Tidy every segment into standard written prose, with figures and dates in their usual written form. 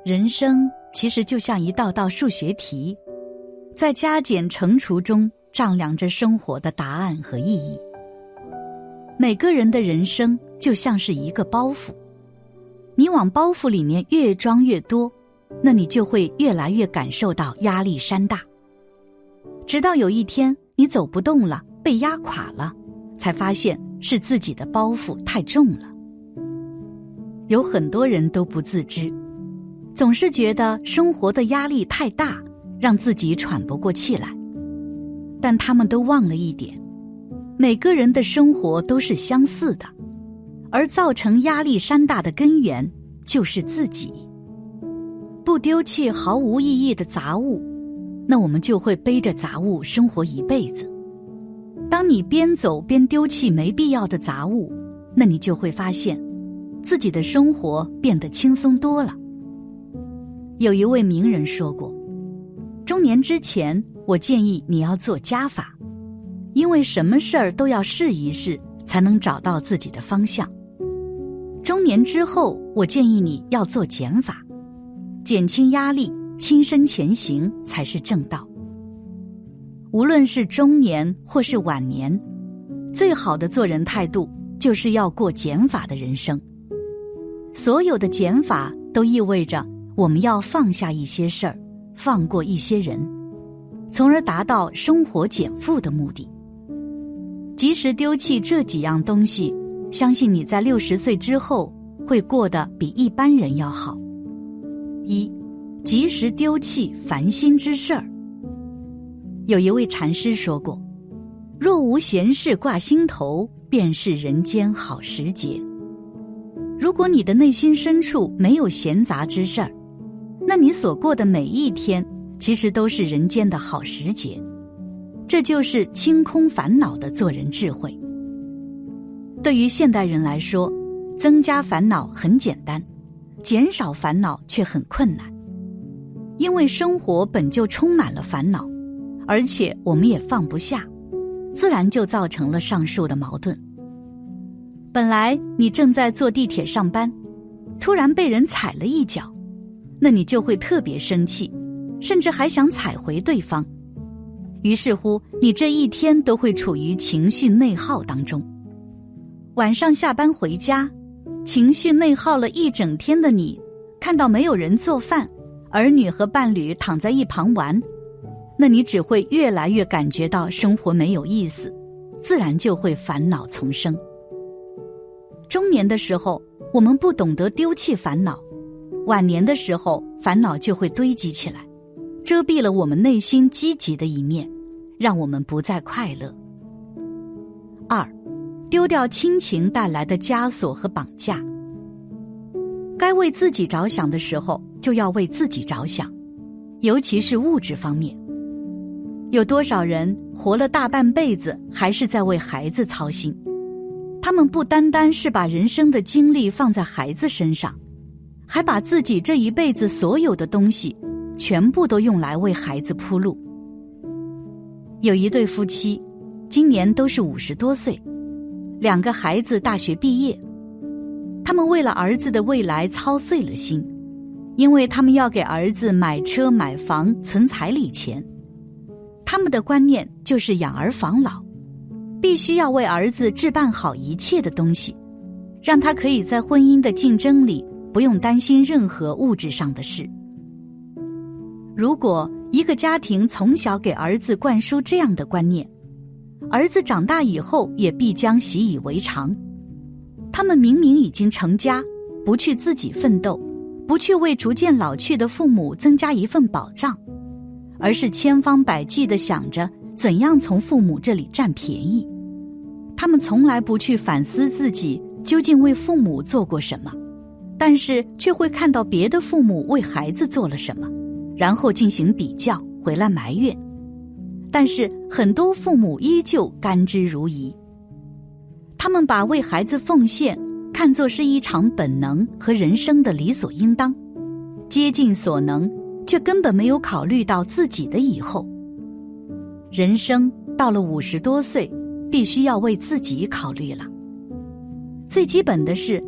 人生其实就像一道道数学题，在加减乘除中丈量着生活的答案和意义。每个人的人生就像是一个包袱，你往包袱里面越装越多，那你就会越来越感受到压力山大。直到有一天你走不动了，被压垮了，才发现是自己的包袱太重了。有很多人都不自知，总是觉得生活的压力太大，让自己喘不过气来。但他们都忘了一点，每个人的生活都是相似的，而造成压力山大的根源就是自己。不丢弃毫无意义的杂物，那我们就会背着杂物生活一辈子。当你边走边丢弃没必要的杂物，那你就会发现自己的生活变得轻松多了。有一位名人说过，中年之前我建议你要做加法，因为什么事儿都要试一试才能找到自己的方向。中年之后我建议你要做减法，减轻压力，亲身前行才是正道。无论是中年或是晚年，最好的做人态度就是要过减法的人生。所有的减法都意味着我们要放下一些事儿，放过一些人，从而达到生活减负的目的。及时丢弃这几样东西，相信你在60岁之后会过得比一般人要好。一，及时丢弃烦心之事儿。有一位禅师说过，若无闲事挂心头，便是人间好时节。如果你的内心深处没有闲杂之事儿，那你所过的每一天其实都是人间的好时节。这就是清空烦恼的做人智慧。对于现代人来说，增加烦恼很简单，减少烦恼却很困难。因为生活本就充满了烦恼，而且我们也放不下，自然就造成了上述的矛盾。本来你正在坐地铁上班，突然被人踩了一脚，那你就会特别生气，甚至还想踩回对方。于是乎，你这一天都会处于情绪内耗当中。晚上下班回家，情绪内耗了一整天的你，看到没有人做饭，儿女和伴侣躺在一旁玩，那你只会越来越感觉到生活没有意思，自然就会烦恼丛生。中年的时候，我们不懂得丢弃烦恼，晚年的时候，烦恼就会堆积起来，遮蔽了我们内心积极的一面，让我们不再快乐。二，丢掉亲情带来的枷锁和绑架。该为自己着想的时候，就要为自己着想，尤其是物质方面。有多少人活了大半辈子，还是在为孩子操心？他们不单单是把人生的精力放在孩子身上，还把自己这一辈子所有的东西全部都用来为孩子铺路。有一对夫妻，今年都是50多岁，2个孩子大学毕业，他们为了儿子的未来操碎了心，因为他们要给儿子买车买房存彩礼钱。他们的观念就是养儿防老，必须要为儿子置办好一切的东西，让他可以在婚姻的竞争里不用担心任何物质上的事。如果一个家庭从小给儿子灌输这样的观念，儿子长大以后也必将习以为常。他们明明已经成家，不去自己奋斗，不去为逐渐老去的父母增加一份保障，而是千方百计地想着怎样从父母这里占便宜。他们从来不去反思自己究竟为父母做过什么，但是却会看到别的父母为孩子做了什么，然后进行比较，回来埋怨。但是很多父母依旧甘之如饴，他们把为孩子奉献看作是一场本能和人生的理所应当，竭尽所能，却根本没有考虑到自己的以后。人生到了50多岁，必须要为自己考虑了。最基本的是，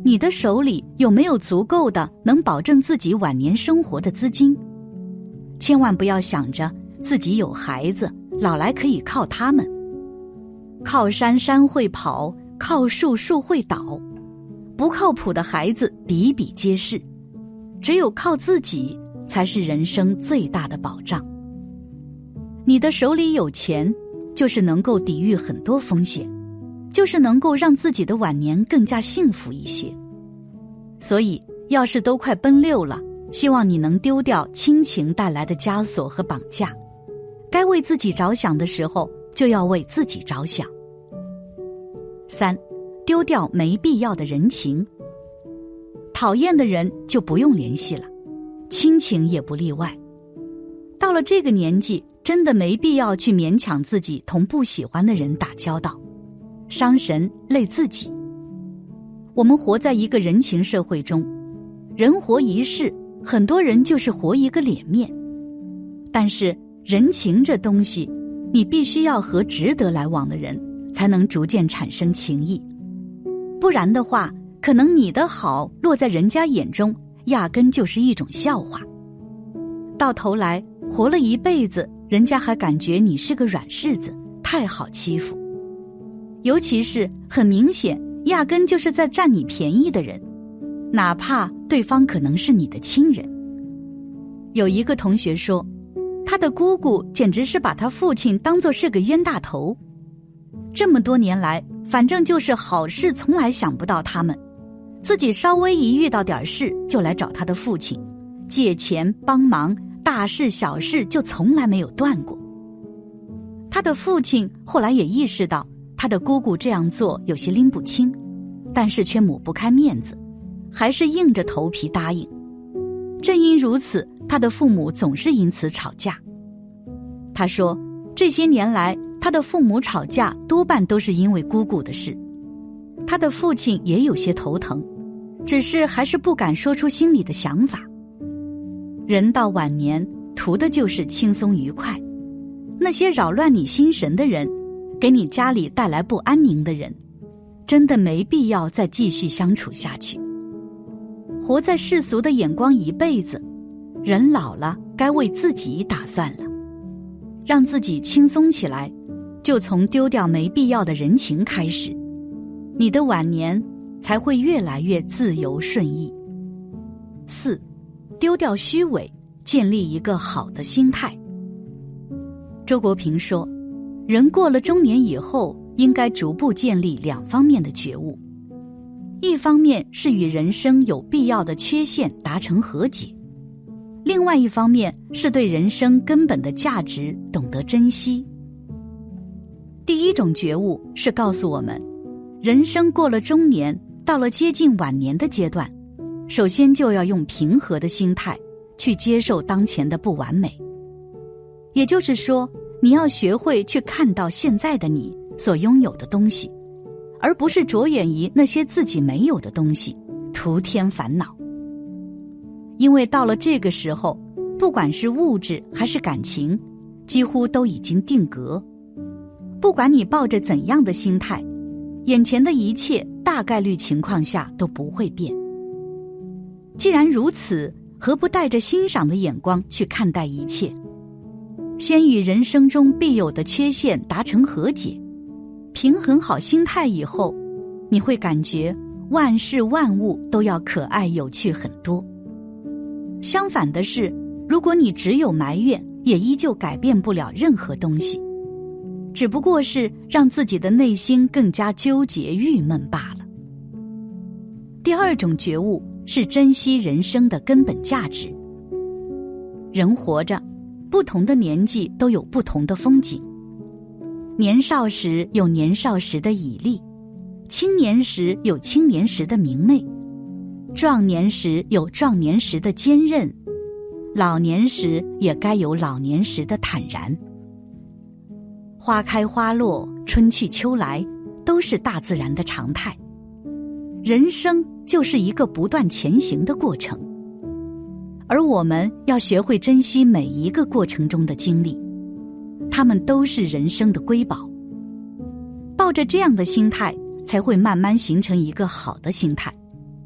你的手里有没有足够的能保证自己晚年生活的资金？千万不要想着自己有孩子，老来可以靠他们。靠山山会跑，靠树树会倒。不靠谱的孩子比比皆是，只有靠自己才是人生最大的保障。你的手里有钱，就是能够抵御很多风险，就是能够让自己的晚年更加幸福一些。所以要是都快奔六了，希望你能丢掉亲情带来的枷锁和绑架，该为自己着想的时候就要为自己着想。3，丢掉没必要的人情。讨厌的人就不用联系了，亲情也不例外。到了这个年纪，真的没必要去勉强自己同不喜欢的人打交道，伤神累自己。我们活在一个人情社会中，人活一世，很多人就是活一个脸面。但是人情这东西，你必须要和值得来往的人，才能逐渐产生情谊。不然的话，可能你的好落在人家眼中，压根就是一种笑话。到头来活了一辈子，人家还感觉你是个软柿子，太好欺负。尤其是很明显压根就是在占你便宜的人，哪怕对方可能是你的亲人。有一个同学说，他的姑姑简直是把他父亲当作是个冤大头，这么多年来反正就是好事从来想不到他们，自己稍微一遇到点事就来找他的父亲借钱帮忙，大事小事就从来没有断过。他的父亲后来也意识到他的姑姑这样做有些拎不清，但是却抹不开面子，还是硬着头皮答应。正因如此，他的父母总是因此吵架。他说，这些年来他的父母吵架多半都是因为姑姑的事。他的父亲也有些头疼，只是还是不敢说出心里的想法。人到晚年，图的就是轻松愉快。那些扰乱你心神的人，给你家里带来不安宁的人，真的没必要再继续相处下去。活在世俗的眼光一辈子，人老了该为自己打算了。让自己轻松起来，就从丢掉没必要的人情开始，你的晚年才会越来越自由顺意。4，丢掉虚伪，建立一个好的心态。周国平说，人过了中年以后，应该逐步建立2方面的觉悟。一方面是与人生有必要的缺陷达成和解，另外一方面是对人生根本的价值懂得珍惜。第一种觉悟是告诉我们，人生过了中年，到了接近晚年的阶段，首先就要用平和的心态去接受当前的不完美。也就是说，你要学会去看到现在的你所拥有的东西，而不是着眼于那些自己没有的东西，徒添烦恼。因为到了这个时候，不管是物质还是感情，几乎都已经定格。不管你抱着怎样的心态，眼前的一切大概率情况下都不会变。既然如此，何不带着欣赏的眼光去看待一切？先与人生中必有的缺陷达成和解，平衡好心态以后，你会感觉万事万物都要可爱有趣很多。相反的是，如果你只有埋怨，也依旧改变不了任何东西，只不过是让自己的内心更加纠结郁闷罢了。第二种觉悟是珍惜人生的根本价值。人活着，不同的年纪都有不同的风景。年少时有年少时的绮丽，青年时有青年时的明媚，壮年时有壮年时的坚韧，老年时也该有老年时的坦然。花开花落，春去秋来，都是大自然的常态。人生就是一个不断前行的过程，而我们要学会珍惜每一个过程中的经历，它们都是人生的瑰宝。抱着这样的心态，才会慢慢形成一个好的心态，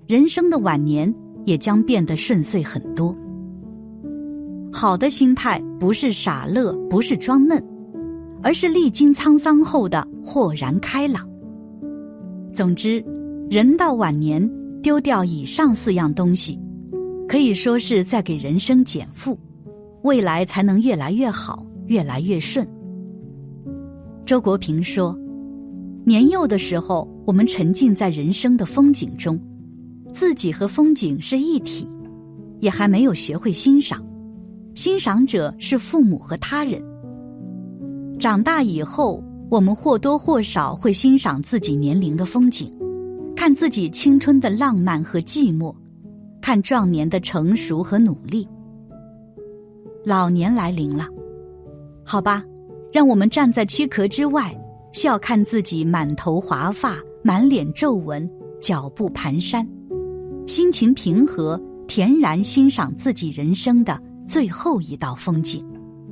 人生的晚年也将变得顺遂很多。好的心态不是傻乐，不是装嫩，而是历经沧桑后的豁然开朗。总之，人到晚年丢掉以上4样东西，可以说是在给人生减负，未来才能越来越好，越来越顺。周国平说，年幼的时候，我们沉浸在人生的风景中，自己和风景是一体，也还没有学会欣赏，欣赏者是父母和他人。长大以后，我们或多或少会欣赏自己年龄的风景，看自己青春的浪漫和寂寞，看壮年的成熟和努力。老年来临了，好吧，让我们站在躯壳之外，笑看自己满头华发，满脸皱纹，脚步蹒跚，心情平和，恬然欣赏自己人生的最后一道风景。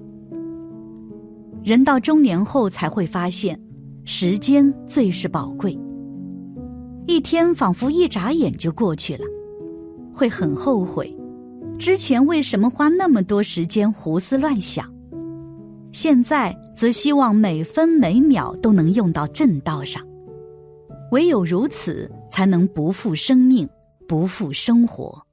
人到中年后才会发现，时间最是宝贵，一天仿佛一眨眼就过去了，会很后悔，之前为什么花那么多时间胡思乱想？现在则希望每分每秒都能用到正道上，唯有如此，才能不负生命，不负生活。